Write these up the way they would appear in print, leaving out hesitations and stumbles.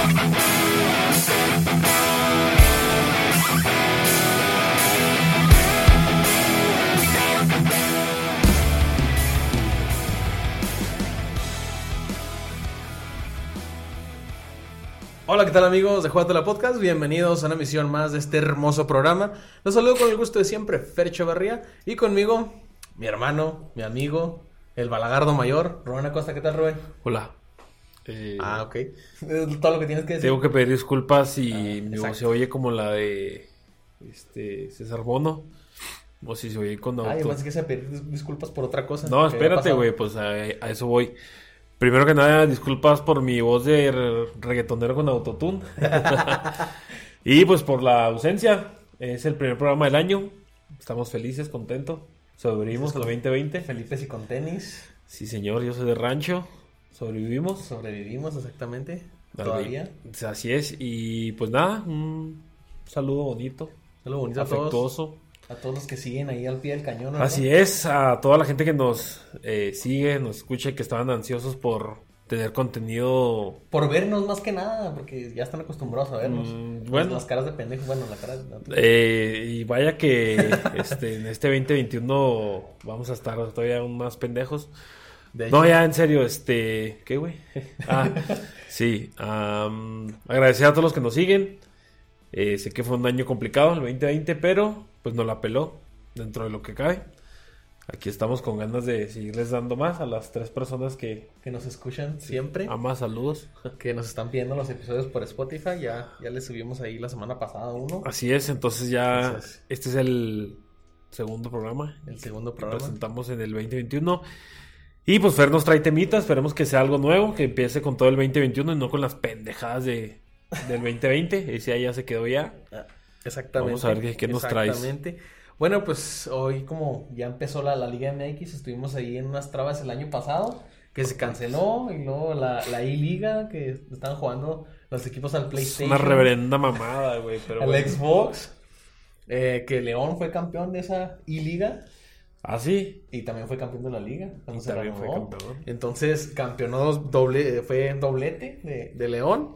Hola, ¿qué tal amigos de Jugatela Podcast? Bienvenidos a una emisión más de este hermoso programa. Los saludo con el gusto de siempre, Fer Echevarría, y conmigo, mi hermano, mi amigo, el balagardo mayor, Rubén Acosta. ¿Qué tal, Rubén? Hola. Ok. Es todo lo que tienes que decir. Tengo que pedir disculpas si mi voz exacto. se oye como la de César Bono, o si se oye con auto. Ay, además que se pedir disculpas por otra cosa. No, que espérate, haya güey, pues a eso voy. Primero que nada, disculpas por mi voz de reggaetonero con autotune. Y pues por la ausencia. Es el primer programa del año. Estamos felices, contentos. Sobrevivimos al 2020. Felices y con tenis. Sí, señor, yo soy de rancho. Sobrevivimos. Sobrevivimos, exactamente. Dale. Todavía. Así es. Y pues nada, un saludo bonito. Saludo bonito afectuoso. A todos los que siguen ahí al pie del cañón, ¿verdad? Así es, a toda la gente que nos sigue, nos escucha, que estaban ansiosos por tener contenido. Por vernos más que nada, porque ya están acostumbrados a vernos. Bueno. Las caras de pendejo, bueno, la cara de... Y vaya que en este 2021 vamos a estar todavía aún más pendejos. De hecho, No, ya en serio, ¿qué, güey? Sí, agradecer a todos los que nos siguen. Sé que fue un año complicado el 2020, pero pues nos la peló dentro de lo que cabe. Aquí estamos con ganas de seguirles dando más a las 3 personas que nos escuchan siempre. A más saludos. Que nos están pidiendo los episodios por Spotify. Ya les subimos ahí la semana pasada uno. Así es, entonces ya este es el segundo programa. El segundo que programa. presentamos en el 2021. Y pues Fer nos trae temitas, esperemos que sea algo nuevo, que empiece con todo el 2021 y no con las pendejadas del 2020. Ese ya se quedó ya. Exactamente. Vamos a ver qué nos traes. Exactamente. Bueno, pues hoy como ya empezó la Liga MX, estuvimos ahí en unas trabas el año pasado, que se canceló, y luego la I-Liga, que estaban jugando los equipos al PlayStation. Es una reverenda mamada, güey. Pero al bueno. Xbox, que León fue campeón de esa I-Liga. ¿Ah, sí? Y también fue campeón de la liga. Y también fue campeón. Entonces campeonó fue doblete de León.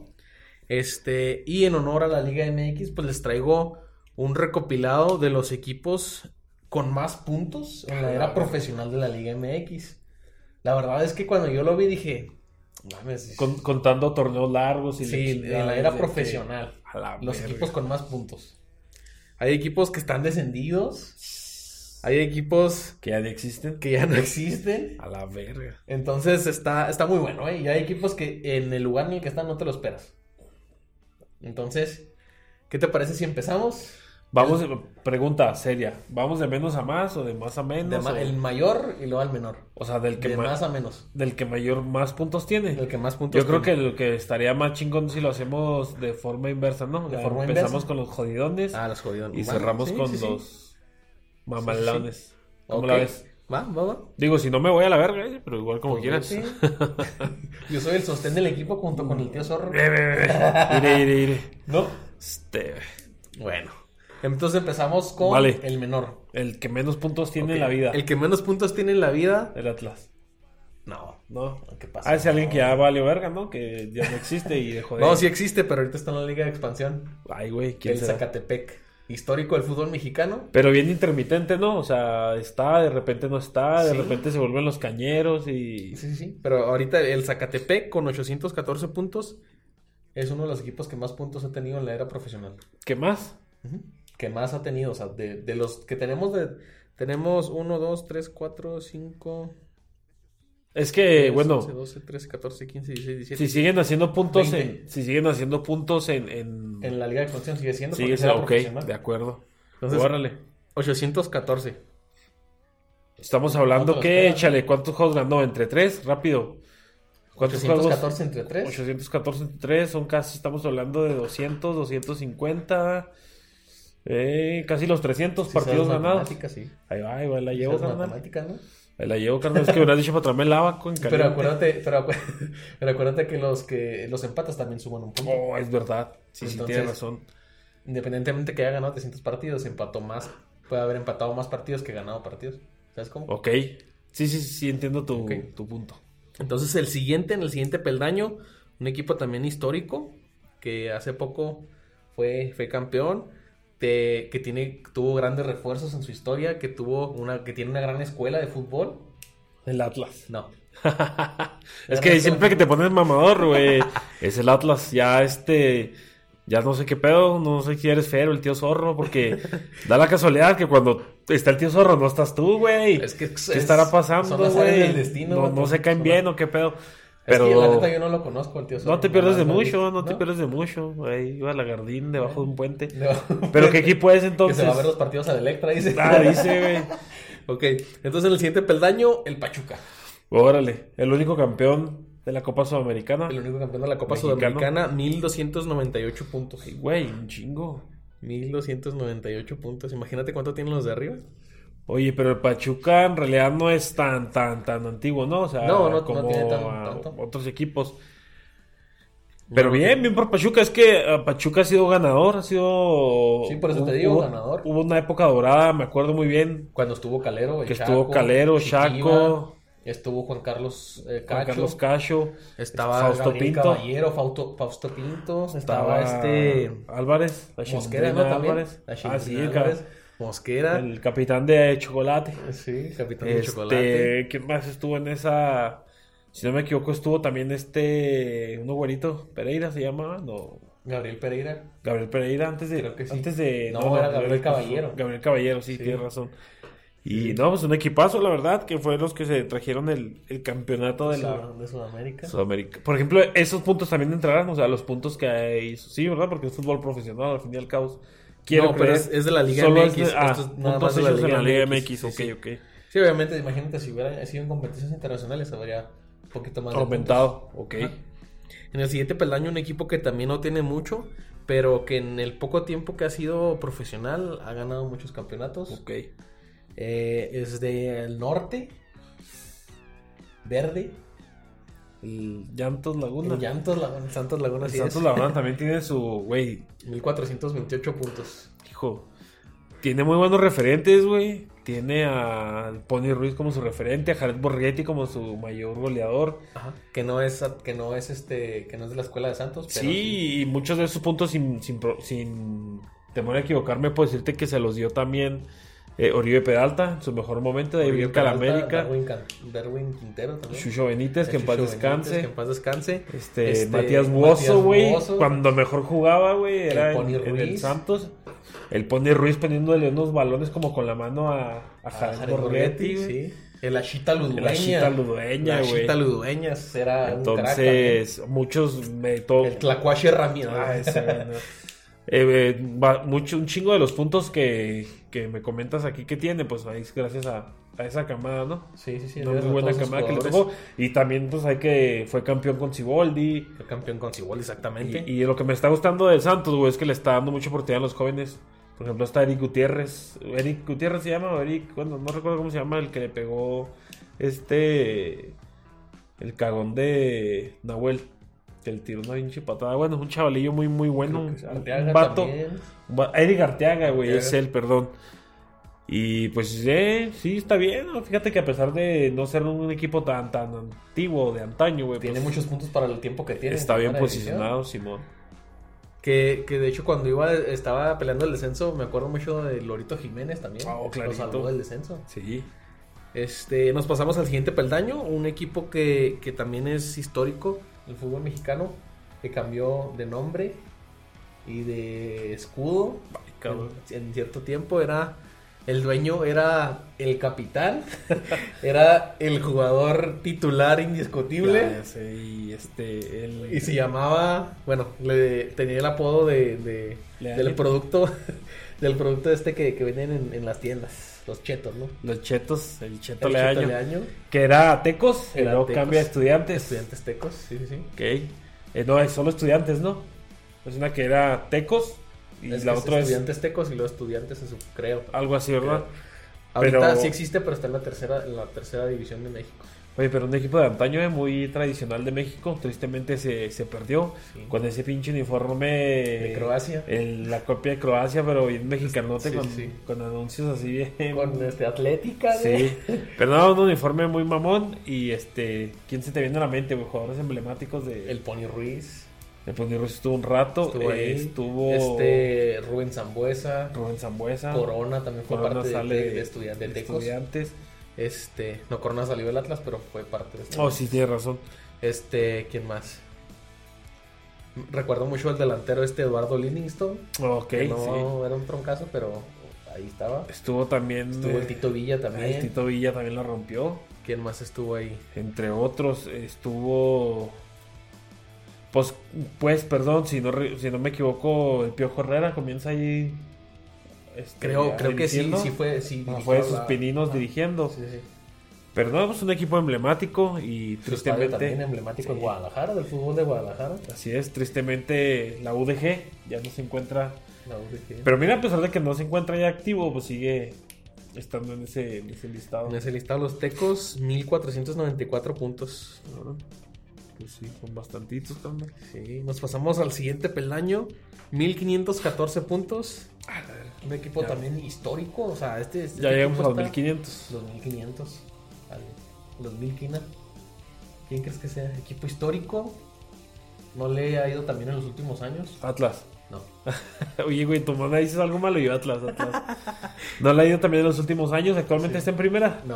Y en honor a la Liga MX, pues les traigo un recopilado de los equipos con más puntos en la era profesional de la Liga MX. La verdad es que cuando yo lo vi dije, mames. Contando torneos largos y sí, en la era profesional. Los equipos con más puntos. Hay equipos que están descendidos. Hay equipos que ya no existen. Que ya no existen. A la verga. Entonces está muy bueno, ¿eh? Y hay equipos que en el lugar en el que están no te lo esperas. Entonces, ¿qué te parece si empezamos? Vamos, pregunta seria. ¿Vamos de menos a más o de más a menos? El mayor y luego al menor. O sea, del que de más a menos. Del que mayor más puntos tiene. Del que más puntos Yo creo que lo que estaría más chingón si lo hacemos de forma inversa, ¿no? Empezamos con los jodidones. Los jodidones. Y cerramos con los mamalones. ¿Cómo la ves? Va. Digo, si no me voy a la verga, pero igual como quieras. Sí. Yo soy el sostén del equipo junto con el tío Zorro. Iré. ¿No? Bueno. Entonces empezamos con el menor. El que menos puntos tiene en la vida. El que menos puntos tiene en la vida. El Atlas. No. ¿Qué pasa? Es alguien que ya valió verga, ¿no? Que ya no existe y dejó de... No, sí existe, pero ahorita está en la Liga de Expansión. Ay, güey, ¿quién será? Zacatepec. Histórico del fútbol mexicano. Pero bien intermitente, ¿no? O sea, está, de repente no está, de repente se vuelven los cañeros y... Sí. Pero ahorita el Zacatepec con 814 puntos es uno de los equipos que más puntos ha tenido en la era profesional. ¿Qué más? Que más ha tenido, o sea, de los que tenemos tenemos 1, 2, 3, 4, 5... Es que, 10, bueno... 11, 12, 13, 14, 15, 16, 17... Si siguen haciendo puntos 20. Si siguen haciendo puntos en la Liga de Expansión sigue siendo... Sigue siendo, ok, de acuerdo. Entonces, órale. 814. Estamos hablando que, échale, ¿cuántos juegos ganó? ¿Entre 3? Rápido. ¿Cuántos 814 entre 3? 814 entre 3, son casi, estamos hablando de 200, 250... casi los 300 partidos ganados. Sí. Ahí va, la llevo, carnal. Matemáticas, ¿no? Ahí la llevo, carnal. Es que me hubieras dicho para traerme el abaco en caliente. Pero acuérdate que los empates también suman un punto. Oh, es verdad. Sí, Entonces, tienes razón. Independientemente que haya ganado 300 partidos, empató más. Puede haber empatado más partidos que ganado partidos. ¿Sabes cómo? Ok. Sí, entiendo tu punto. Entonces, en el siguiente peldaño, un equipo también histórico, que hace poco fue campeón, tuvo grandes refuerzos en su historia, que tiene una gran escuela de fútbol. El Atlas. No. Es que siempre que te pones mamador, güey, es el Atlas. Ya no sé qué pedo, no sé si eres Fero, el tío Zorro, porque da la casualidad que cuando está el tío Zorro no estás tú, güey. ¿Qué estará pasando, güey? No se caen bien o qué pedo. Pero es que la neta yo no lo conozco, el tío Zorro. No te pierdes de mucho, Ahí iba Lagardín debajo de un puente. Pero ¿qué equipo es entonces? Que se va a ver los partidos a Electra, dice. Dice, güey. Ok, entonces en el siguiente peldaño, el Pachuca. Órale, el único campeón de la Copa Sudamericana. El único campeón de la Copa Sudamericana, 1298 puntos. Güey, un chingo. 1298 puntos. Imagínate cuánto tienen los de arriba. Oye, pero el Pachuca en realidad no es tan antiguo, ¿no? O sea, no como tiene tanto. Otros equipos. Pero bien por Pachuca. Es que Pachuca ha sido ganador, Sí, por eso te digo, ganador. Hubo una época dorada, me acuerdo muy bien. Cuando estuvo Calero, estuvo Calero, Chaco. Estuvo Juan Carlos Cacho. Estaba Fausto Gabriel Pinto. Caballero, Fausto Pinto. Estaba Álvarez. Mosquera, ¿no? Álvarez. Sí, Mosquera. El capitán de Chocolate. Sí, capitán de Chocolate. ¿Quién más estuvo en esa? Si no me equivoco, estuvo también uno güerito. Pereira se llama, no. Gabriel Pereira, antes de... Creo que sí. Antes de... No, era Gabriel Caballero. Gabriel Caballero, sí, tienes razón. Y no, pues un equipazo, la verdad, que fue los que se trajeron el campeonato de Sudamérica. Por ejemplo, esos puntos también entrarán, o sea, los puntos que hizo. Sí, ¿verdad? Porque es fútbol profesional, al fin y al cabo. Pero es de la Liga MX. Puntos hechos en la Liga MX. Ok. Sí, obviamente, imagínate si hubiera sido en competiciones internacionales, habría un poquito más aumentado. Ok. En el siguiente peldaño, un equipo que también no tiene mucho, pero que en el poco tiempo que ha sido profesional ha ganado muchos campeonatos. Ok. Es del norte, verde. El Llantos Laguna. El Santos Laguna. El Santos Laguna también tiene su, güey, 1428 puntos. Hijo, tiene muy buenos referentes, güey. Tiene a Pony Ruiz como su referente, a Jared Borghetti como su mayor goleador. Ajá. Que no es de la escuela de Santos. Pero sí, y muchos de esos puntos sin temor a equivocarme, puedo decirte que se los dio también Oribe Peralta en su mejor momento de ir a la América. Darwin Quintero también. Chucho Benítez, que en paz descanse. Matías Buoso, güey, cuando mejor jugaba, güey, era el Pony en Ruiz. el Santos. El Pony Ruiz poniéndole unos balones como con la mano a Jared Borghetti, güey. Sí. El Ashita Ludueña. El Ashita Ludueña, güey. Ashita Ludueña era entonces, un crack. muchos el Tlacuache Ramírez. Un chingo de los puntos que me comentas aquí que tiene, pues ahí es gracias a esa camada, ¿no? Sí. Una muy buena camada que le tocó. Y también, pues, fue campeón con Siboldi. Fue campeón con Siboldi, exactamente. Y lo que me está gustando del Santos, güey, es que le está dando mucha oportunidad a los jóvenes. Por ejemplo, está Eric Gutiérrez. ¿Eric Gutiérrez se llama? O Eric, bueno, no recuerdo cómo se llama, el que le pegó el cagón de Nahuel. Que el tiró una pinche patada. Bueno, es un chavalillo muy, muy bueno. Un vato. Eric Arteaga, güey, es él, perdón. Y pues sí, está bien, ¿no? Fíjate que a pesar de no ser un equipo tan antiguo, de antaño, güey. Tiene muchos puntos para el tiempo que tiene. Está bien posicionado, Simón. Que de hecho cuando estaba peleando el descenso, me acuerdo mucho de Lorito Jiménez también. Clarito. Lo salvó del descenso. Sí. Nos pasamos al siguiente peldaño, un equipo que también es histórico, el fútbol mexicano, que cambió de nombre y de escudo. En cierto tiempo el dueño era el capitán, era el jugador titular indiscutible. Y se llamaba, tenía el apodo del producto que venden en las tiendas, los chetos, ¿no? Los chetos, el cheto Leaño, que era Tecos, y luego cambia a Estudiantes. Estudiantes Tecos, sí. Ok, no, es solo Estudiantes, ¿no? Es una que era Tecos y la otra es Estudiantes Tecos y luego Estudiantes, eso creo. Algo así, ¿verdad? Ahorita sí existe, pero está en la tercera división de México. Oye, pero un equipo de antaño muy tradicional de México, tristemente se perdió con ese pinche uniforme de Croacia. La copia de Croacia, pero bien mexicanote, con anuncios así bien. Con Atlética, sí. Pero no, un uniforme muy mamón. Y ¿quién se te viene a la mente, güey? Jugadores emblemáticos de. El Pony Ruiz. El Pony Ruiz estuvo un rato. Estuvo ahí. Estuvo Rubén Zambuesa. Corona también fue Corona parte sale de Estudiantes. No, Corona salió del Atlas, pero fue parte de Oh, sí, tienes razón. ¿Quién más? Recuerdo mucho el delantero Eduardo Livingstone. Ok, que no sí. era un troncazo, pero ahí estaba. Estuvo el Tito Villa también. El Tito Villa también la rompió. ¿Quién más estuvo ahí? Entre otros, estuvo... Pues, perdón, si no me equivoco, el Piojo Herrera comienza ahí... Creo que sí fue... fue sus pininos dirigiendo. Sí. Pero no, es un equipo emblemático y Su tristemente... también emblemático en Guadalajara, del fútbol de Guadalajara. Así es, tristemente la UDG ya no se encuentra... La UDG. Pero mira, a pesar de que no se encuentra ya activo, pues sigue estando en ese listado. En ese listado los Tecos, 1494 puntos. Pues sí, con bastantitos también. Sí, nos pasamos al siguiente peldaño, 1514 puntos. Un equipo ya. También histórico, o sea, ya llegamos a los 1500. Los 1500. Los 1000 quina. ¿Quién crees que sea? Equipo histórico. ¿No le ha ido también en los últimos años? Atlas. No. Oye, güey, tu mamá dices algo malo y yo Atlas. ¿No le ha ido también en los últimos años? ¿Actualmente está en primera? No.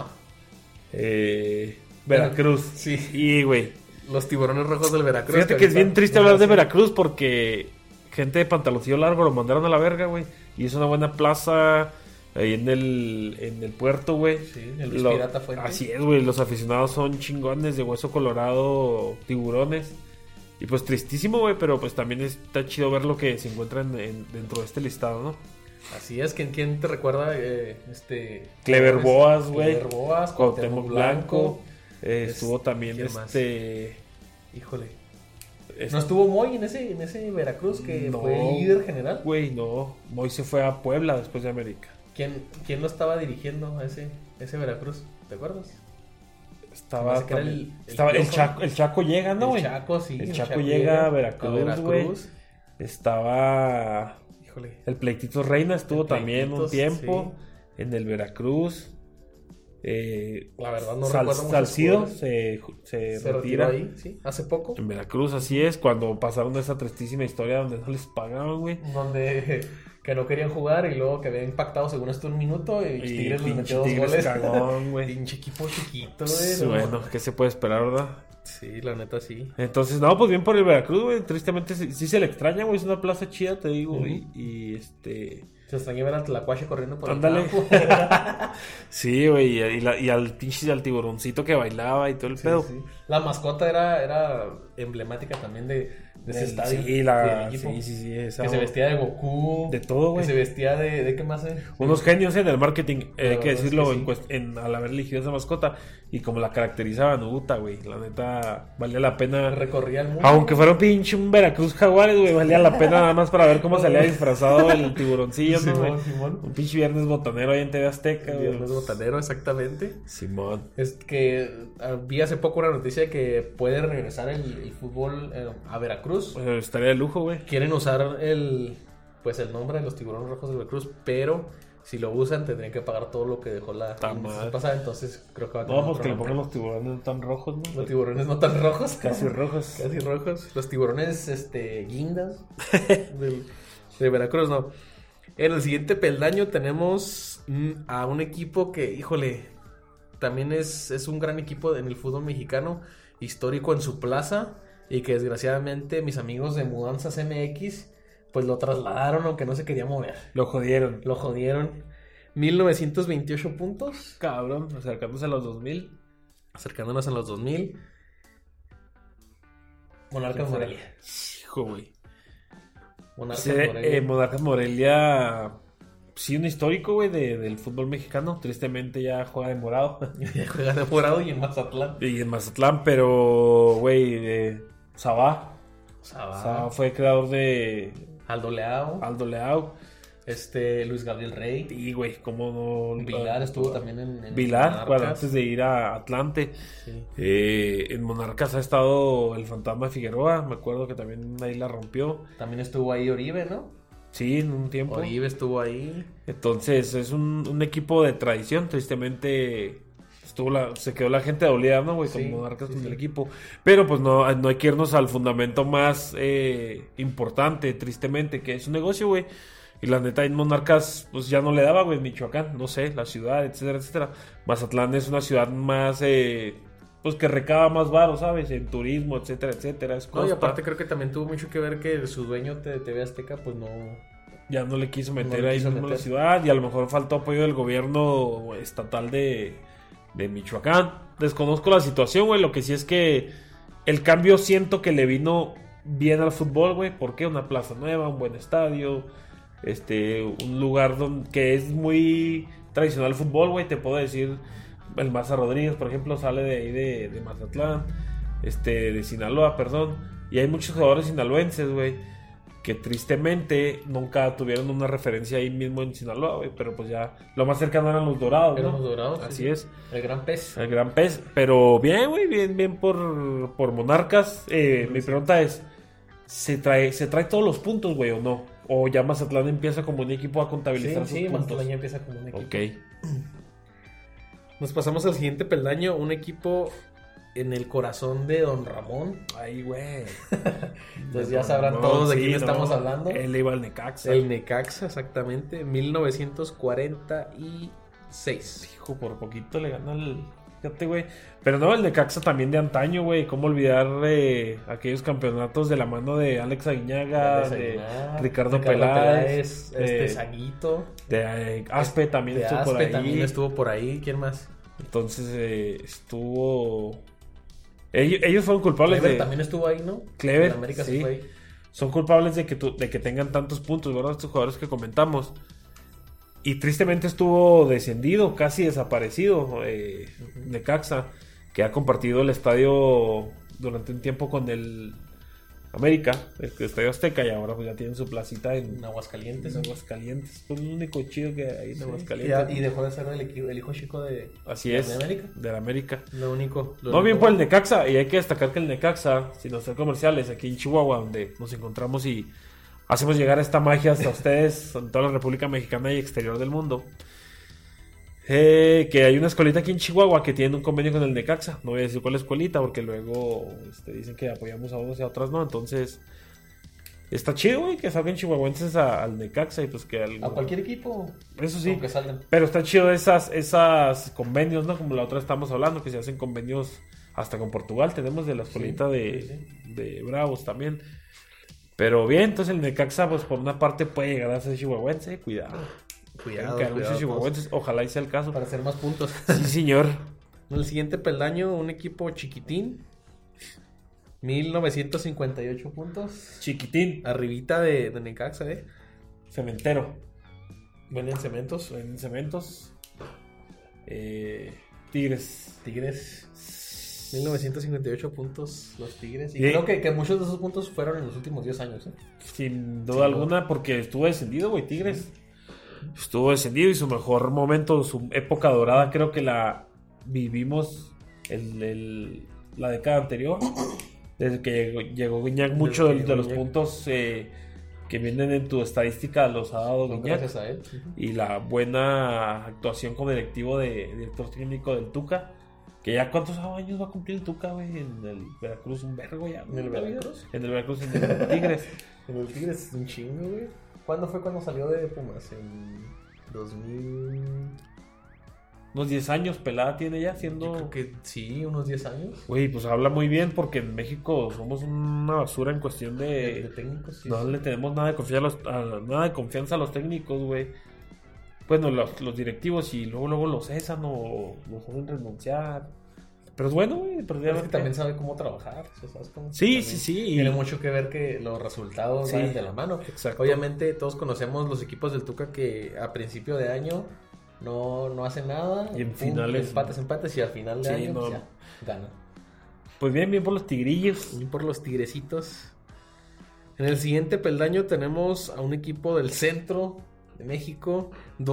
Veracruz. Sí. Y, güey. Los Tiburones Rojos del Veracruz. Fíjate que es bien triste hablar de Veracruz porque gente de pantaloncillo largo lo mandaron a la verga, güey. Y es una buena plaza ahí en el puerto, güey. Sí, el Luis Pirata Fuente. Así es, güey. Los aficionados son chingones de hueso colorado, tiburones. Y pues tristísimo, güey, pero pues también está chido ver lo que se encuentra dentro de este listado, ¿no? Así es, ¿quién te recuerda? Clever Boas, güey. Clever Boas, Cuauhtémoc Blanco. Estuvo también Híjole. ¿No estuvo Moy en ese Veracruz que fue líder general? Güey, no. Moy se fue a Puebla después de América. ¿Quién lo estaba dirigiendo a ese Veracruz? ¿Te acuerdas? Estaba el Chaco llega, ¿no, güey? El Chaco, sí. El Chaco llega a Veracruz, güey. Estaba... Híjole. El Pleititos Reina estuvo también un tiempo en el Veracruz. La verdad no recuerdo mucho. Salcido se retira ahí, sí, hace poco. En Veracruz, así es, cuando pasaron esa tristísima historia donde no les pagaban, güey. Donde que no querían jugar y luego que habían impactado según esto un minuto y Tigres les metió 2 goles. Cagón, güey. Pinche equipo chiquito, güey. Bueno, ¿qué se puede esperar, verdad? Sí, la neta sí. Entonces, no, pues bien por el Veracruz, güey. Tristemente sí se le extraña, güey. Es una plaza chida, te digo, y Se extraña ver al Tlacuache corriendo por Ándale. el campo. Sí, güey, y al pinche al tiburoncito que bailaba y todo el pedo. Sí. La mascota era emblemática también de ese estadio. Sí. Esa, que se vestía de Goku. De todo, güey. Que se vestía de ¿qué más? Unos genios en el marketing, hay que decirlo, es que sí. al haber elegido esa mascota. Y como la caracterizaban, güey. La neta, valía la pena. Recorría el mundo. Aunque fuera un Veracruz Jaguares, güey, valía la pena nada más para ver cómo salía disfrazado el tiburoncillo, ¿no, güey? Simón. Un pinche viernes botanero ahí en TV Azteca, güey. Viernes botanero, exactamente. Simón. Es que vi hace poco una noticia de que puede regresar el fútbol a Veracruz. Pues estaría de lujo, güey. Quieren usar el nombre de los Tiburones Rojos de Veracruz, pero si lo usan tendrían que pagar todo lo que dejó la pasada, entonces creo que va a tener No, pues que le nombre. pongan los tiburones no tan rojos, ¿no? Los tiburones no tan rojos. Casi rojos. Casi rojos. Los tiburones guindas de Veracruz, no. En el siguiente peldaño tenemos a un equipo que, híjole, también es un gran equipo en el fútbol mexicano, histórico en su plaza, y que desgraciadamente mis amigos de Mudanzas MX pues lo trasladaron aunque no se quería mover. Lo jodieron. 1928 puntos. Cabrón, acercándose a los 2000. Acercándonos a los 2000. Monarcas Morelia. Hijo, güey. Monarcas Monarcas Morelia. Sí, un histórico, güey, del fútbol mexicano. Tristemente ya juega de morado. Juega de morado y en Mazatlán. Y en Mazatlán, pero, güey, Sabá fue creador de Aldo Leao. Luis Gabriel Rey. Y, güey, cómo no. Vilar estuvo también en Vilar, bueno, antes de ir a Atlante. Sí. En Monarcas ha estado el Fantasma de Figueroa. Me acuerdo que también ahí la rompió. También estuvo ahí Oribe, ¿no? Sí, en un tiempo. Oribe estuvo ahí. Entonces, es un equipo de tradición. Tristemente, se quedó la gente dolida, ¿no, güey? Con Sí, Monarcas, sí, con el sí. equipo. Pero pues no hay que irnos al fundamento más importante, tristemente, que es un negocio, güey. Y la neta, en Monarcas, pues ya no le daba, güey, Michoacán, no sé, la ciudad, etcétera, etcétera. Mazatlán es una ciudad más, pues que recaba más varo, ¿sabes? En turismo, etcétera, etcétera. Es No, y costa. aparte creo que también tuvo mucho que ver que su dueño de TV Azteca, pues no... Ya no le quiso meter le ahí quiso mismo en la meter. ciudad y a lo mejor faltó apoyo del gobierno estatal de Michoacán. Desconozco la situación, güey. Lo que sí es que el cambio siento que le vino bien al fútbol, güey. ¿Por qué? Una plaza nueva, un buen estadio, un lugar que es muy tradicional fútbol, güey. Te puedo decir, el Maza Rodríguez, por ejemplo, sale de ahí de Mazatlán, de Sinaloa, perdón. Y hay muchos jugadores sinaloenses, güey, que tristemente nunca tuvieron una referencia ahí mismo en Sinaloa, güey, pero pues ya lo más cercano eran los Dorados, Eran ¿no? los Dorados, Así sí. es, El gran pez. el gran pez, pero bien, güey, bien por Monarcas. Mi pregunta es, ¿se trae todos los puntos, güey, o no? ¿O ya Mazatlán empieza como un equipo a contabilizar sus Sí, puntos? Mazatlán ya empieza como un equipo. Ok. Nos pasamos al siguiente peldaño, un equipo en el corazón de Don Ramón. Ay, güey. Entonces ya sabrán todos de quién estamos hablando. Él iba al Necaxa. El Necaxa, exactamente, 1946. Hijo, por poquito le gana el... Fíjate, güey. Pero no, el Necaxa también de antaño, güey. ¿Cómo olvidar aquellos campeonatos de la mano de Alex Aguinaga, de Ricardo Peláez, Saguito, de Aspe también de estuvo por Aspe ahí. también estuvo por ahí. ¿Quién más? Entonces estuvo... Ellos fueron culpables Clever de... también estuvo ahí, ¿no? Clever, En América sí. se fue ahí. Son culpables de que tengan tantos puntos, ¿verdad? Estos jugadores que comentamos. Y tristemente estuvo descendido, casi desaparecido, Necaxa, que ha compartido el estadio durante un tiempo con el América, el Estadio Azteca, y ahora pues ya tienen su placita en Aguascalientes. Aguascalientes. Pues lo único chido que hay en Sí. Aguascalientes. Y dejó de ser el hijo chico de... Así de es, América. de la América. Lo único. No, bien por el Necaxa, y hay que destacar que el Necaxa, sin hacer comerciales, aquí en Chihuahua, donde nos encontramos y hacemos llegar esta magia hasta ustedes, en toda la República Mexicana y exterior del mundo, que hay una escuelita aquí en Chihuahua que tiene un convenio con el Necaxa. No voy a decir cuál escuelita, porque luego dicen que apoyamos a unos y a otras no, entonces... Está chido, güey, que salgan chihuahuenses al Necaxa y pues que A cualquier equipo. Eso sí. Aunque salgan. Pero está chido esas convenios, ¿no? Como la otra estamos hablando, que se hacen convenios hasta con Portugal. Tenemos de la escuelita de Bravos también. Pero bien, entonces el Necaxa, pues por una parte puede llegar a ser chihuahuense. Cuidado. Cuidado, Que hay muchos cuidado, chihuahuenses. Ojalá y sea el caso. para hacer más puntos. Sí, señor. En el siguiente peldaño, un equipo chiquitín. 1958 puntos. Chiquitín. Arribita de Necaxa, Cementero. Venden cementos. En cementos. Tigres. Tigres. 1958 puntos los Tigres. Y Sí. creo que muchos de esos puntos fueron en los últimos 10 años. Sin duda alguna, porque estuvo descendido, güey, Tigres. Estuvo descendido y su mejor momento, su época dorada, creo que la vivimos la década anterior. Desde que llegó Guiñac, mucho de los puntos que vienen en tu estadística los ha dado Guiñac. Gracias a él. Y la buena actuación como directivo director técnico del Tuca. Que ya cuántos años va a cumplir el Tuca, güey, en el Veracruz, un vergo ya. ¿En el Veracruz? En el Veracruz, en el Tigres. En el Tigres es un chingo, güey. ¿Cuándo fue cuando salió de Pumas? En 2000... Unos 10 años pelada tiene ya Yo siendo... creo que sí, unos 10 años. Güey, pues habla muy bien porque en México somos una basura en cuestión De de... técnicos, sí. No le tenemos nada de confianza a los técnicos, güey. Bueno, los directivos y luego los cesan o los hacen renunciar. Pero es bueno, güey. Pero es que también sabe cómo trabajar. ¿Sabes cómo? Sí, También sí. Tiene mucho que ver que los resultados Sí, vayan de la mano. exacto. Obviamente todos conocemos los equipos del Tuca que a principio de año no hacen nada. Y en Pum, finales... empates y al final de Sí, año no. pues, ya ganan. Pues bien por los tigrillos. Y por los tigrecitos. En el siguiente peldaño tenemos a un equipo del centro de México.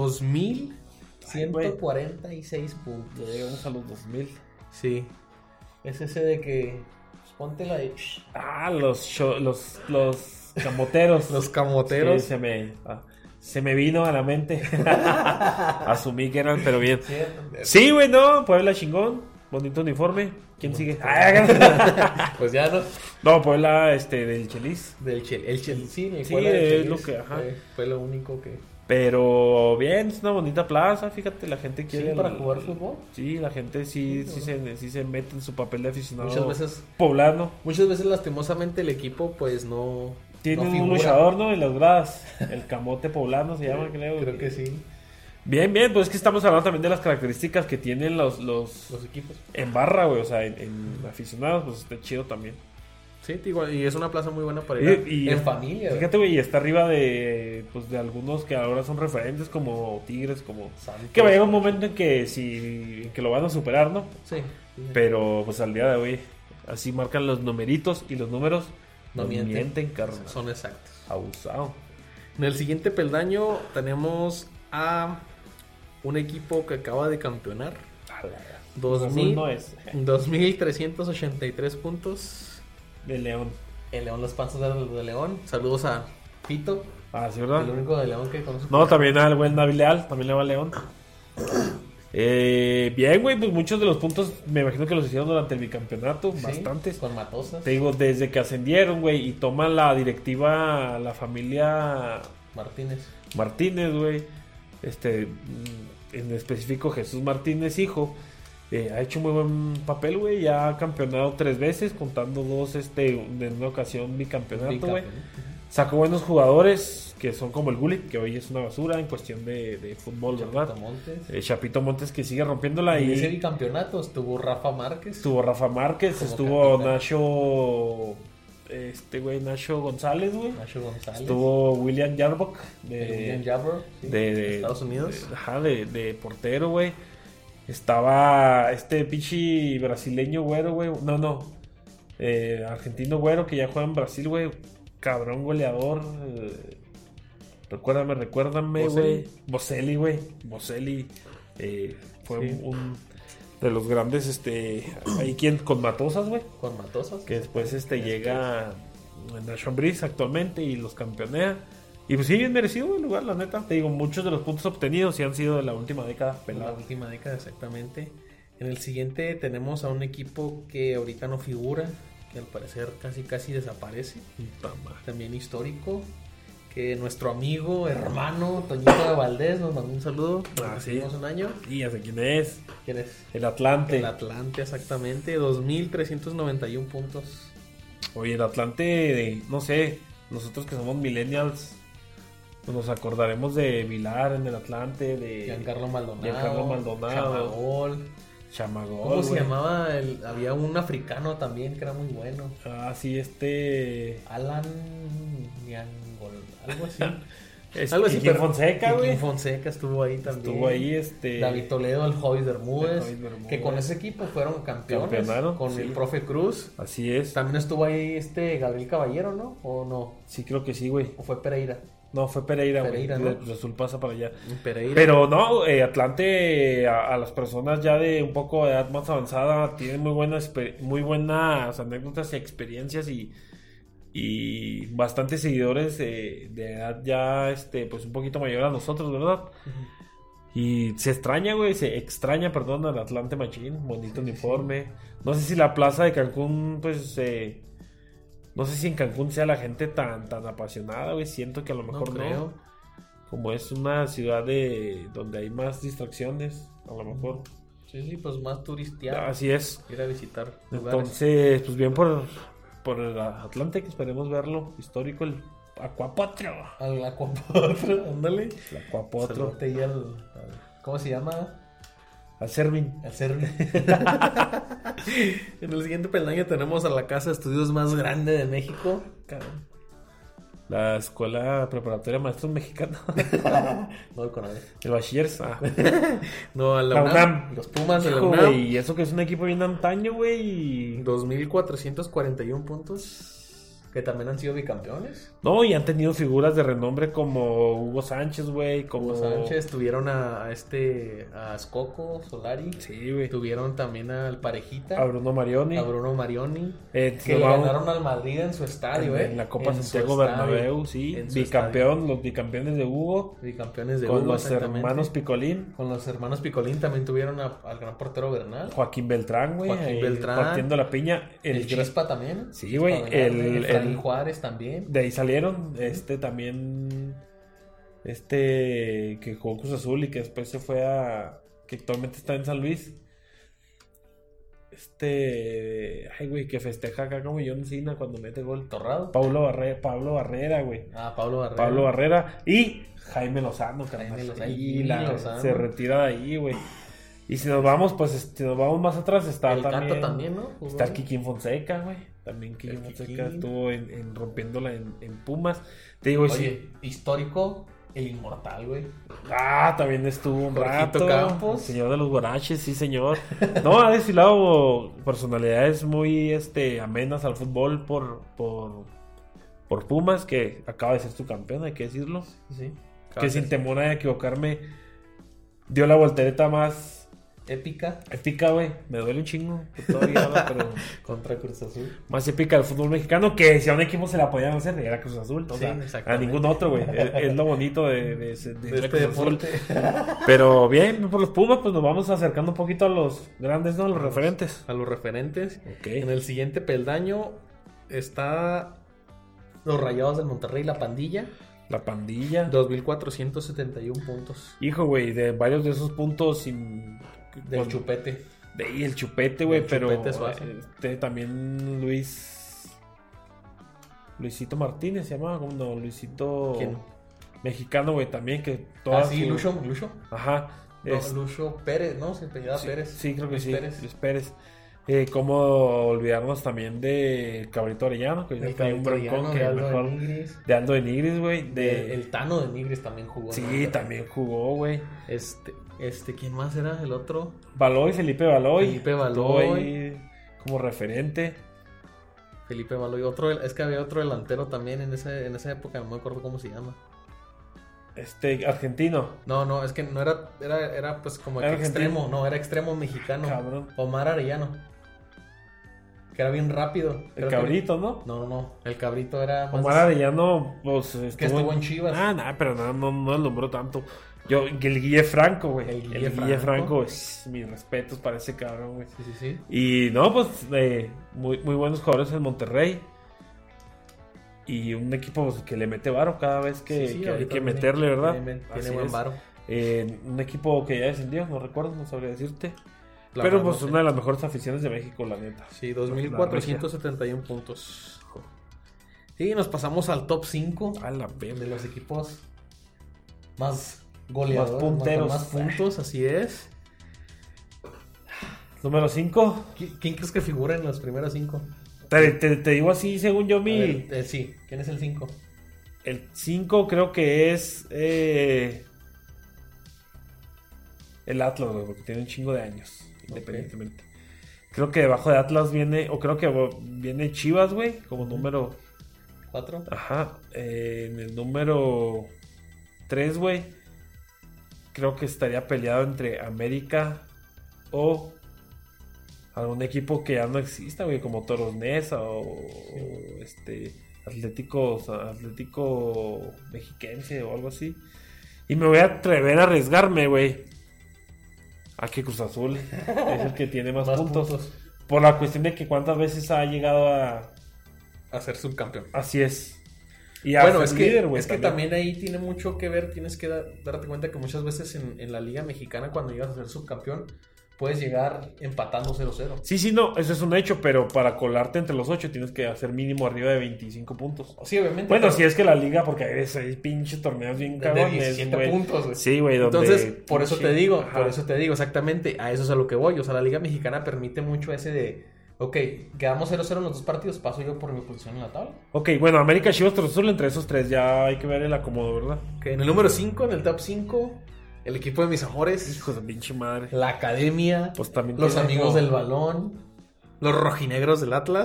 2146 puntos. Ya llegamos a los 2000. Sí. Es ese de que... Pues, ponte la de... Ah, los camoteros. Los camoteros. Sí, Se me vino a la mente. Asumí que eran, pero bien. Sí, güey, no. Puebla chingón. Bonito uniforme. ¿Quién sigue? Pues ya no. No, Puebla, del Chelis. El Chelis, sí, el Sí, Puebla del es Chelis lo que, ajá. fue lo único que... Pero bien, es una bonita plaza, fíjate, la gente quiere... Sí, para jugar fútbol. Sí, la gente sí se mete en su papel de aficionado Muchas veces poblano. Muchas veces, lastimosamente, el equipo, pues, no... Tienen no un figura. luchador, ¿no? En las gradas. El camote poblano se llama, creo. Creo que sí. Bien, pues es que estamos hablando también de las características que tienen los equipos. En barra, güey, o sea, en aficionados, pues está chido también. Sí, igual, y es una plaza muy buena para ir en familia. Fíjate, güey, y está arriba de algunos que ahora son referentes como Tigres, como... Santos. Que va a llegar un momento en que que lo van a superar, ¿no? Sí. Pero pues al día de hoy, así marcan los numeritos y los números no mienten, carnal. Son exactos. Abusado. En el siguiente peldaño tenemos a un equipo que acaba de campeonar. 2.383 puntos. De León. El León, los Panzas de León. Saludos a Pito. Ah, sí, ¿verdad? El único de León que conozco. No, también al buen David Leal. También le va a León. Bien, güey, pues muchos de los puntos me imagino que los hicieron durante el bicampeonato. Sí, bastantes. Con Matosas. Te digo, desde que ascendieron, güey, y toman la directiva la familia Martínez, güey. En específico Jesús Martínez, hijo. Ha hecho muy buen papel, güey. Ya ha campeonado 3 veces, contando 2 en una ocasión bicampeonato, güey. Sacó buenos jugadores que son como el Gullit, que hoy es una basura en cuestión de fútbol, ¿verdad? Chapito Montes que sigue rompiéndola. En ese bicampeonato estuvo Rafa Márquez. Estuvo Nacho... Nacho González, güey. Estuvo William Yarbrough de Estados Unidos. De portero, güey. Estaba pinche brasileño güero, güey. Argentino güero que ya juega en Brasil, güey. Cabrón goleador. Recuérdame, güey. Boselli, güey. Fue un de los grandes, ahí quien con Matosas, güey. Con Matosas. Que después llega Nacho Ambriz actualmente y los campeonea. Y pues sí, bien merecido el lugar, la neta. Te digo, muchos de los puntos obtenidos sí han sido de la última década. La última década, exactamente. En el siguiente tenemos a un equipo que ahorita no figura, que al parecer casi desaparece. También histórico. Que nuestro amigo, hermano, Toñito de Valdés nos mandó un saludo. Sí. Un año. Y ya sé quién es. ¿Quién es? El Atlante. El Atlante, exactamente. 2.391 puntos. Oye, el Atlante, no sé, nosotros que somos millennials, nos acordaremos de Vilar en el Atlante, de Giancarlo Maldonado. Chamagol. ¿Cómo se llamaba? Había un africano también que era muy bueno. Ah, sí, Alan Niangol, algo así. Algo así, pero Fonseca, güey. Kim Fonseca estuvo ahí también. Estuvo ahí, David Toledo, el Hobbit Bermúdez. Que con ese equipo fueron campeones. Con el profe Cruz. Así es. También estuvo ahí Gabriel Caballero, ¿no? ¿O no? Sí, creo que sí, güey. ¿O fue Pereira? No, fue Pereira, güey. ¿no? El Azul pasa para allá. Pereira. Pero no, Atlante a las personas ya de un poco de edad más avanzada tienen muy buenas anécdotas y experiencias y bastantes seguidores de edad ya pues un poquito mayor a nosotros, ¿verdad? Uh-huh. Y se extraña, perdón, al Atlante Machín, bonito uniforme. Sí. No sé si la plaza de Cancún, pues no sé si en Cancún sea la gente tan apasionada, güey. Siento que a lo mejor no. Como es una ciudad donde hay más distracciones, a lo mejor. Sí, pues más turisteada. Así es. Ir a visitar lugares. Entonces, pues bien por el Atlante, que esperemos verlo. Histórico, el Acuapotro. Al Acuapotro, ándale. El Acuapotro. ¿Cómo se llama? Al Servín. En el siguiente peldaño tenemos a la casa de estudios más grande de México. La Escuela Preparatoria de Maestros Mexicanos. No, el CONADE. El Bachillers. No, la UNAM. Los Pumas de la UNAM. Y eso que es un equipo bien antaño, güey. 2.441 puntos. que también han sido bicampeones. No, y han tenido figuras de renombre como Hugo Sánchez, güey. Como Hugo Sánchez, tuvieron a Scocco, Solari. Sí, güey. Tuvieron también al Parejita. A Bruno Marioni. Que le ganaron al Madrid en su estadio, en la Copa Santiago Bernabéu, sí. Los bicampeones de Hugo. Bicampeones de Con Hugo, los hermanos Picolín. Con los hermanos Picolín también tuvieron al gran portero Bernal. Joaquín Beltrán, güey. Joaquín Beltrán. Partiendo la piña. El Chispa también. Sí, güey. El Juárez también. De ahí salieron. También. Que jugó Cruz Azul y que después se fue que actualmente está en San Luis. Ay, güey, que festeja acá como John Cena cuando mete gol. Torrado. Pablo Barrera, güey. Pablo Barrera. Y Jaime Lozano, Lozano. Se retira de ahí, güey. Y si nos vamos, si nos vamos más atrás, está el Cato también, ¿no? Está Kikín Fonseca, güey. También Kikín Fonseca estuvo en rompiéndola en Pumas. Te digo, histórico, el Inmortal, güey. También estuvo un Jorgito rato. Campos. El señor de los guaraches, sí, señor. No, ha desfilado personalidades muy amenas al fútbol por Pumas, que acaba de ser su campeón, hay que decirlo. Sí. Que sin temor a equivocarme, dio la voltereta más épica, güey. Me duele un chingo todavía, pero contra Cruz Azul. Más épica del fútbol mexicano, que si a un equipo se la podían hacer, era Cruz Azul. O sea, a ningún otro, güey. Es lo bonito de este deporte. Pero bien, por los Pumas, pues nos vamos acercando un poquito a los grandes, ¿no? A los referentes. A los referentes. Okay. En el siguiente peldaño está los Rayados del Monterrey, la pandilla. 2,471 puntos. Hijo, güey, de varios de esos puntos del Chupete. De ahí el Chupete, güey, pero también Luisito Martínez se llamaba, no, Luisito. ¿Quién? Mexicano, güey, también que Lucho. Ajá. Lucho Pérez, ¿no? Se apellidaba Pérez. Sí, creo que Luis sí. Pérez. Luis Pérez. Cómo olvidarnos también de Cabrito Arellano, que el Cabrito Arellano, de Aldo de Nigris, güey. El Tano de Nigris también jugó. Sí, también jugó, güey. ¿Quién más era el otro? Felipe Baloy. Felipe Baloy. Ahí como referente. Felipe Baloy. Es que había otro delantero también en esa época, no me acuerdo cómo se llama. Argentino. No, es que no era pues como extremo. No, era extremo mexicano. Cabrón. Omar Arellano. Que era bien rápido. El Cabrito, ¿no? No. El Cabrito era más... Omar Arellano, pues... Que estuvo en Chivas. Pero no lo nombró tanto. El Guille Franco, güey. El Guille Franco, mis respetos para ese cabrón, güey. Sí. Y no, pues, muy, muy buenos jugadores en Monterrey. Y un equipo pues, que le mete varo cada vez que hay que meterle, ¿verdad? Tiene buen varo. Un equipo que ya descendió, no recuerdo, no sabría decirte. Pero pues una de las mejores aficiones de México, la neta. Sí, 2,471 puntos. Sí, nos pasamos al top 5 de los equipos más goleadores, más punteros, más puntos, así es. Número 5. ¿Quién crees que figura en los primeros 5? Te digo así, según yo, sí, ¿quién es el 5? El 5 creo que es el Atlas, güey, porque tiene un chingo de años, independientemente. Creo que debajo de Atlas viene Chivas, güey, como número 4. Ajá. En el número 3, güey, creo que estaría peleado entre América o algún equipo que ya no exista, güey, como Toros Neza o Atlético Mexiquense o algo así. Y me voy a atrever a arriesgarme, güey, a que Cruz Azul es el que tiene más puntos. Por la cuestión de que cuántas veces ha llegado a ser subcampeón. Así es. Y bueno, es que también ahí tiene mucho que ver. Tienes que darte cuenta que muchas veces en la Liga Mexicana, cuando llegas a ser subcampeón, puedes llegar empatando 0-0. Sí, no, eso es un hecho, pero para colarte entre los 8 tienes que hacer mínimo arriba de 25 puntos. Sí, obviamente. Bueno, si es que la liga, porque hay pinches torneos bien cabrones. De 17 puntos, güey. Sí, güey. Entonces, por eso te digo, exactamente, a eso es a lo que voy. O sea, la Liga Mexicana permite mucho ese de, ok, quedamos 0-0 en los 2 partidos, paso yo por mi posición en la tabla. Ok, bueno, América, Chivas, Cruz Azul, entre esos 3 ya hay que ver el acomodo, ¿verdad? Ok, en el número 5, en el top 5... El equipo de mis amores. Hijo de pinche madre. La academia. Pues también los amigos del balón. Los rojinegros del Atlas.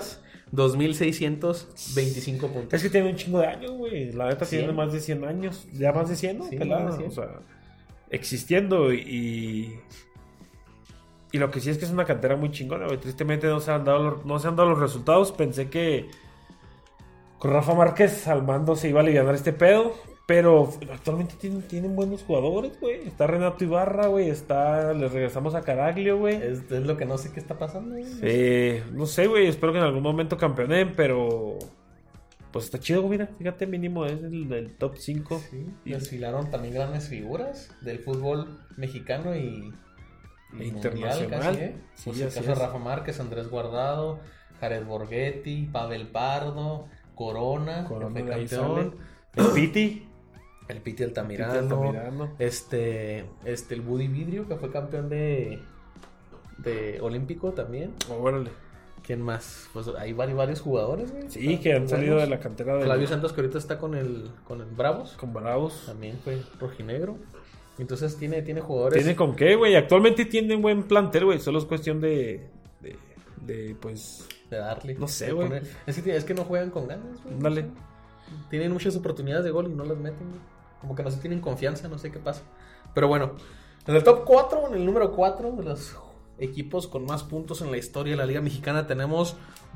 2,625 puntos. Es que tiene un chingo de años, güey. La neta tiene 100. más de 100 años. Ya más de 100, ¿no? Sí, Pelada, más de 100. o sea, existiendo y lo que sí es que es una cantera muy chingona, güey. Tristemente no se han dado los resultados. Pensé que con Rafa Márquez al mando se iba a aliviar este pedo. Pero actualmente tienen buenos jugadores, güey. Está Renato Ibarra, güey. Les regresamos a Caraglio, güey. Es lo que no sé qué está pasando, güey. No sé, güey. Espero que en algún momento campeonen, pero pues está chido, mira. Fíjate, mínimo es el top 5. Sí, desfilaron también grandes figuras del fútbol mexicano y internacional. Casi, ¿eh? Sí, Por el así caso de es. Rafa Márquez, Andrés Guardado, Jared Borghetti, Pavel Pardo, Corona que fue de ahí campeón. sale. El Piti. El Piti Altamirano. Altamirano. El Buddy Vidrio, que fue campeón de olímpico también. Órale. ¿Quién más? Pues hay varios jugadores, güey. Sí, que han salido de la cantera de Flavio Santos, que ahorita está con el Bravos. con Bravos. También fue rojinegro. Entonces tiene jugadores. ¿Tiene con qué, güey? Actualmente tienen buen plantel, güey. Solo es cuestión de pues... de darle. No sé, de güey. poner. Es que no juegan con ganas, güey. Dale. Tienen muchas oportunidades de gol y no las meten, güey. Como que no se tienen confianza, no sé qué pasa. Pero bueno, en el top 4, en el número 4 de los equipos con más puntos en la historia de la Liga Mexicana, tenemos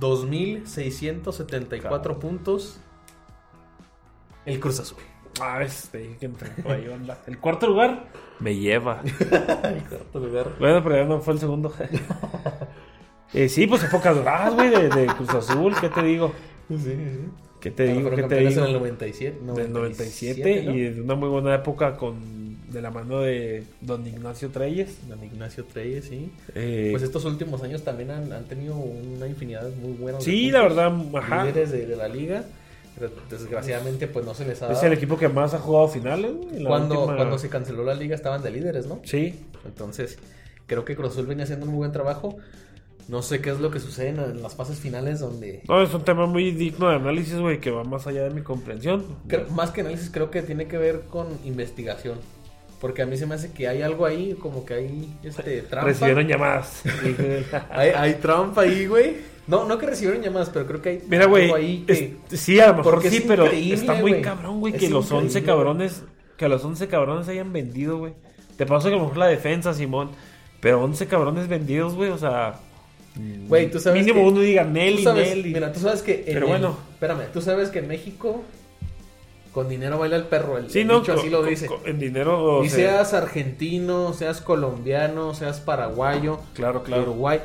2,674 puntos. El Cruz Azul. Que entró ahí, onda. El cuarto lugar me lleva. El cuarto lugar. Bueno, pero ya no fue el segundo. Sí, pues épocas doradas, güey, de Cruz Azul. ¿Qué te digo? Sí. ¿Qué te digo? Fueron ¿Qué te campeones digo? en el 97. Del 97 ¿no? y de una muy buena época de la mano de Don Ignacio Treyes. Don Ignacio Treyes, sí. Eh, Pues estos últimos años también han tenido una infinidad muy buena. Sí, la verdad, ajá. Líderes de la liga. Pero desgraciadamente, pues no se les ha dado. Es el equipo que más ha jugado finales, güey, en la última- Cuando se canceló la liga estaban de líderes, ¿no? Sí. Entonces, creo que Cruz Azul venía haciendo un muy buen trabajo. No sé qué es lo que sucede en las fases finales donde... No, es un tema muy digno de análisis, güey, que va más allá de mi comprensión. Más que análisis, creo que tiene que ver con investigación. Porque a mí se me hace que hay algo ahí, como que hay trampa. Recibieron llamadas. Hay trampa ahí, güey. No que recibieron llamadas, pero creo que hay Mira, güey, algo ahí que... sí, a lo mejor Porque sí, es pero increíble, está muy güey. cabrón, güey, Es que los 11 increíble, cabrones, que los 11 cabrones hayan vendido, güey. Te paso que a lo mejor la defensa, Simón, pero 11 cabrones vendidos, güey, o sea, Güey, tú sabes mínimo que- uno diga Nelly, Tú sabes, Nelly. mira, tú sabes que... Pero bueno. Espérame, tú sabes que en México con dinero baila el perro. El Sí, no, dicho así lo dice. en dinero, o Y sea, seas argentino, seas colombiano, seas paraguayo, claro, de claro. Uruguay.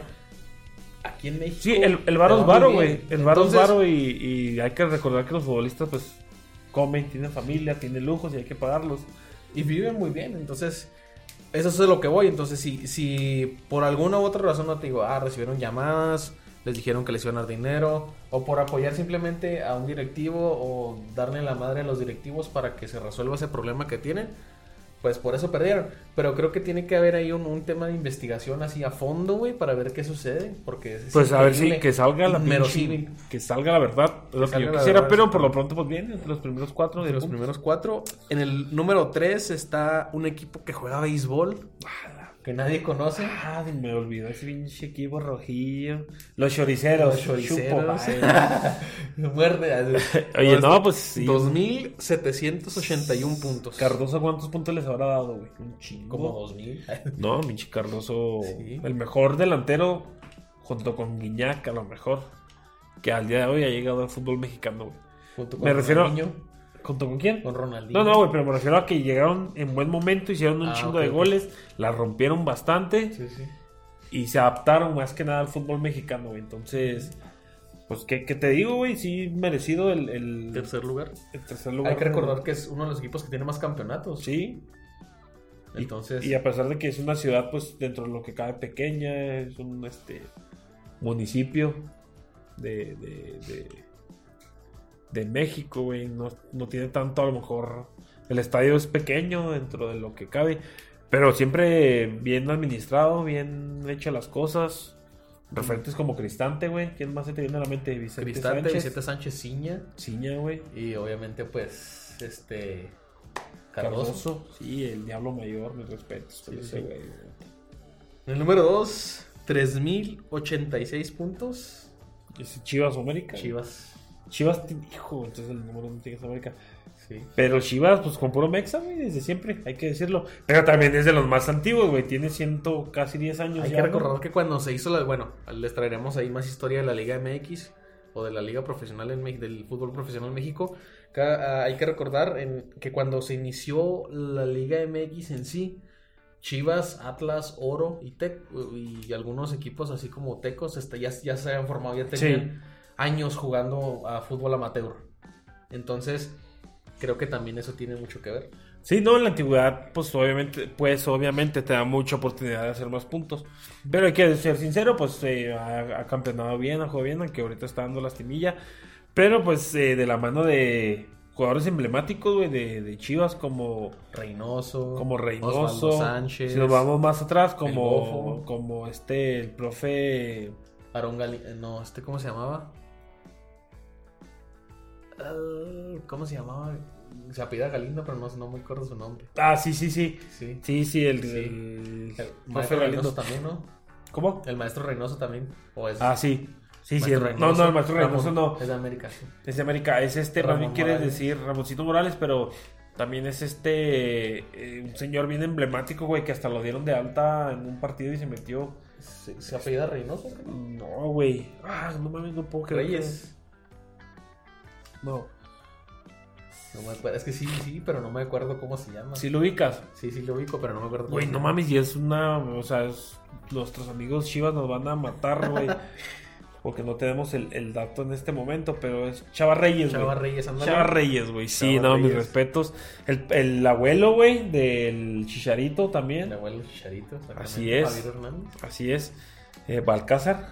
Aquí en México. Sí, el varo te es va varo, muy güey. bien. El varo es Entonces, varo y hay que recordar que los futbolistas, pues, comen, tienen familia, tienen lujos y hay que pagarlos. Y viven muy bien. Entonces, eso es a lo que voy. Entonces, si por alguna u otra razón no te digo, recibieron llamadas, les dijeron que les iban a dar dinero, o por apoyar simplemente a un directivo o darle la madre a los directivos para que se resuelva ese problema que tienen, pues por eso perdieron. Pero creo que tiene que haber ahí un tema de investigación así a fondo, güey, para ver qué sucede. Porque es Pues a ver si increíble, que salga la inmerosible. que salga la verdad, es lo que salga yo la quisiera, verdad, pero sí. por lo pronto pues viene entre los primeros 4 De los primeros 4. En el número 3 está un equipo que juega béisbol, que nadie conoce. Me olvidó ese pinche equipo rojillo. Los choriceros. Los choriceros. Chupo, madre. Muerde. Oye, no, pues sí. 2,781 puntos. Cardoso, ¿cuántos puntos les habrá dado, güey? Un chingo. Como 2,000. No, pinche Cardoso. Sí. El mejor delantero, junto con Guiñac, a lo mejor. Que al día de hoy ha llegado al fútbol mexicano, güey. Junto con Me refiero. Ronaldinho, ¿Junto con quién? con Ronaldinho. No, güey, pero me refiero a que llegaron en buen momento, hicieron un chingo ok, de ok. goles, la rompieron bastante Sí. y se adaptaron más que nada al fútbol mexicano, güey. Entonces, pues, ¿qué te digo, güey? Sí, merecido el Tercer lugar. tercer lugar. Hay que recordar que es uno de los equipos que tiene más campeonatos. Sí. Entonces, Y a pesar de que es una ciudad, pues, dentro de lo que cabe pequeña, es un municipio de México, güey, no tiene tanto, a lo mejor el estadio es pequeño dentro de lo que cabe, pero siempre bien administrado, bien hechas las cosas. Referentes como Cristante, güey, ¿quién más se te viene a la mente? Vicente Cristante, Sánchez. Vicente Sánchez Ciña. Ciña, güey. Y obviamente, pues, Cardoso. Sí, el Diablo Mayor, mis respetos. Sí, Ese sí. güey. En el número 2, 3,086 puntos. ¿Es Chivas o América? Chivas. Chivas, hijo, entonces el número 1 tiene que ser América. Sí. Pero Chivas, pues con puro mexa, güey, desde siempre, hay que decirlo. Pero también es de los más antiguos, güey, tiene casi 10 años. Hay ya, que ¿no? recordar que cuando se hizo bueno, les traeremos ahí más historia de la Liga MX o de la Liga Profesional del fútbol profesional en México. Hay que recordar que cuando se inició la Liga MX en sí, Chivas, Atlas, Oro y algunos equipos así como Tecos ya se habían formado, ya tenían años jugando a fútbol amateur. Entonces, creo que también eso tiene mucho que ver. Sí, no, en la antigüedad, pues obviamente te da mucha oportunidad de hacer más puntos. Pero hay que ser sincero, pues ha campeonado bien, ha jugado bien, aunque ahorita está dando lastimilla. Pero pues de la mano de jugadores emblemáticos, güey, de Chivas como Reynoso, Osvaldo Sánchez. Si nos vamos más atrás, el el profe... no, ¿cómo se llamaba? ¿Cómo se llamaba? Se apellida Galindo, pero no me acuerdo su nombre. Ah, sí, el maestro Reynoso también, ¿no? ¿Cómo? El maestro Reynoso también. Sí. Reynoso, No, el maestro Reynoso no. Es de América, sí. Es de América. Es también quiere decir Ramoncito Morales, pero también es un señor bien emblemático, güey, que hasta lo dieron de alta en un partido y se metió. ¿Se apellida Reynoso? No, güey. No mames, no puedo creer. Reyes. No me acuerdo. Es que sí, pero no me acuerdo cómo se llama. ¿Sí lo ubicas? Sí, lo ubico, pero no me acuerdo cómo Güey, se no llama. mames, y nuestros amigos Chivas nos van a matar, güey. Porque no tenemos el dato en este momento, pero es Chava Reyes, güey. Chava Reyes, güey. Sí, mis respetos. El abuelo, güey, del Chicharito también. El abuelo Chicharito, así es. Javier Hernández. Así es. Balcázar.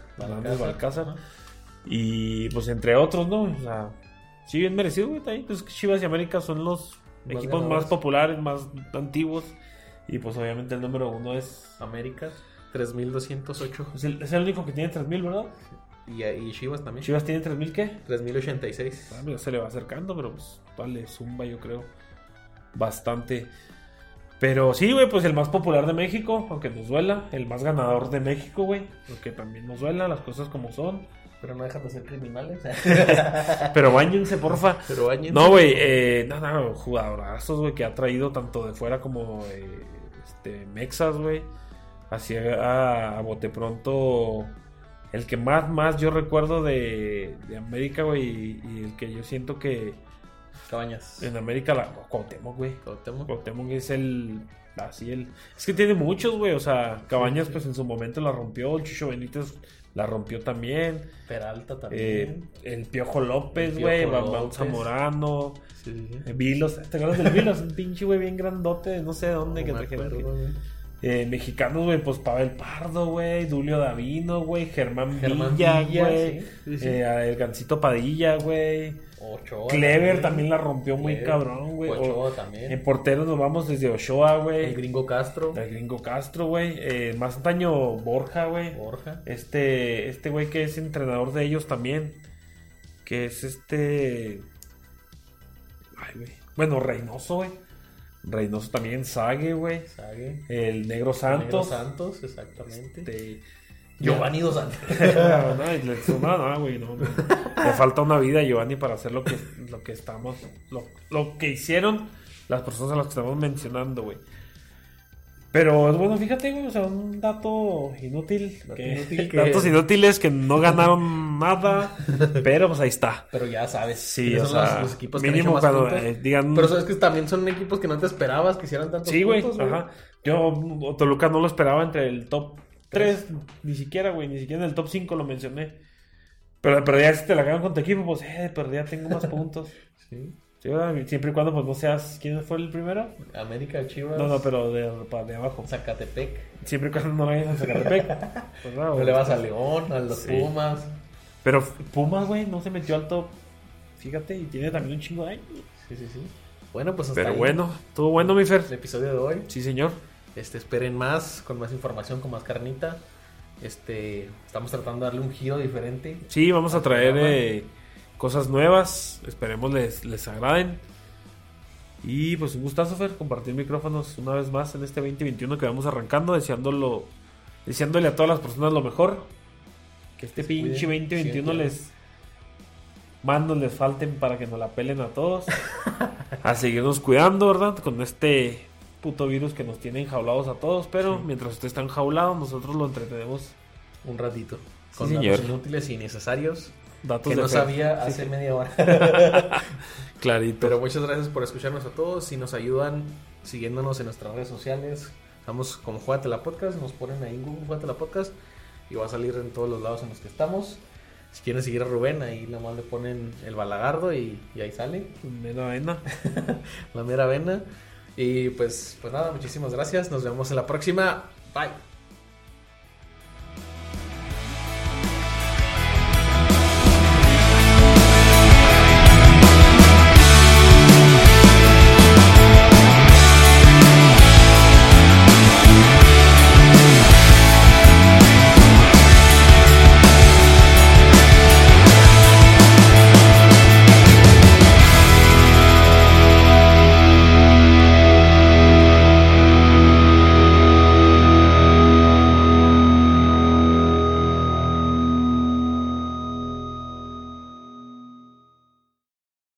Y pues entre otros, ¿no? O sea, sí, bien merecido, güey. También, pues Chivas y América son los equipos más populares, más antiguos. Y pues obviamente el número 1 es América, 3208. Es el único que tiene 3000, ¿verdad? Y Chivas también. ¿Chivas tiene 3000 qué? 3086. Ya se le va acercando, pero pues vale, zumba, yo creo. Bastante. Pero sí, güey, pues el más popular de México, aunque nos duela. El más ganador de México, güey. Aunque también nos duela, las cosas como son. Pero no dejan de ser criminales. Pero báñense, porfa. No, güey, jugadorazos, güey, que ha traído tanto de fuera como mexas, güey. Así a bote pronto. El que más yo recuerdo de América, güey, y el que yo siento que... Cabañas. En América, Cuauhtémoc, güey. Cuauhtémoc es es que tiene muchos, güey, o sea, Cabañas, sí. Pues en su momento la rompió, el Chucho Benítez la rompió también. Peralta también. El Piojo López, güey, Bambam Zamorano. Sí. Vilos, ¿te acuerdas del Vilos? Un pinche, güey, bien grandote, no sé de dónde. Mexicanos, güey, pues Pavel Pardo, güey, Dulio Davino, güey, Germán Villa, güey, sí. El Gancito Padilla, güey, Ochoa, Clever también la rompió muy cabrón, güey. Ochoa también. En porteros nos vamos desde Ochoa, güey. El Gringo Castro, güey. Más antaño Borja, güey. Este güey que es entrenador de ellos también, que es bueno, Reynoso, güey. Reynoso también, Sague, güey. El Negro Santos. Exactamente. Giovanni Dos Santos. No, güey, no. Le falta una vida a Giovanni para hacer lo que estamos, lo que hicieron las personas a las que estamos mencionando, güey. Pero bueno, fíjate, güey, o sea, un dato inútil. Datos inútiles que no ganaron nada, pero pues ahí está. Pero ya sabes. Sí, o sea, los equipos mínimo que cuando digan. Pero sabes que también son equipos que no te esperabas que hicieran tantos puntos. Sí, güey, ajá. Yo, Toluca no lo esperaba entre el top 3, ni siquiera en el top 5 lo mencioné. Pero ya si te la ganan con tu equipo, pues, pero ya tengo más puntos. Sí. Siempre y cuando pues no seas... ¿Quién fue el primero? América, Chivas. No, pero de abajo. Zacatepec. Siempre y cuando no vayas a Zacatepec. Pues no le vas a León, a los Pumas. Pero Pumas, güey, no se metió al top. Fíjate, y tiene también un chingo de años. Sí. Bueno, pues hasta pero ahí. Bueno, estuvo bueno, mi Fer. El episodio de hoy. Sí, señor. Esperen más, con más información, con más carnita. Estamos tratando de darle un giro diferente. Sí, vamos a traer... cosas nuevas, esperemos les agraden. Y pues un gustazo, Fer, compartir micrófonos una vez más en este 2021 que vamos arrancando, deseándole a todas las personas lo mejor. Que este se pinche cuiden. 2021 Sí, les... Más nos les falten para que nos la pelen a todos. A seguirnos cuidando, ¿verdad? Con este puto virus que nos tiene enjaulados a todos. Pero mientras usted está enjaulado, nosotros lo entretenemos. Un ratito. Sí, Con señor. datos inútiles y innecesarios. Datos Que de no fe. sabía Sí, hace sí. media hora. Clarito. Pero muchas gracias por escucharnos a todos. Si nos ayudan siguiéndonos en nuestras redes sociales, estamos como Juégatela Podcast. Nos ponen ahí en Google Juégatela Podcast y va a salir en todos los lados en los que estamos. Si quieren seguir a Rubén, ahí nada más le ponen el balagardo y ahí sale Mera vena. la mera vena. Y pues nada, muchísimas gracias. Nos vemos en la próxima. Bye.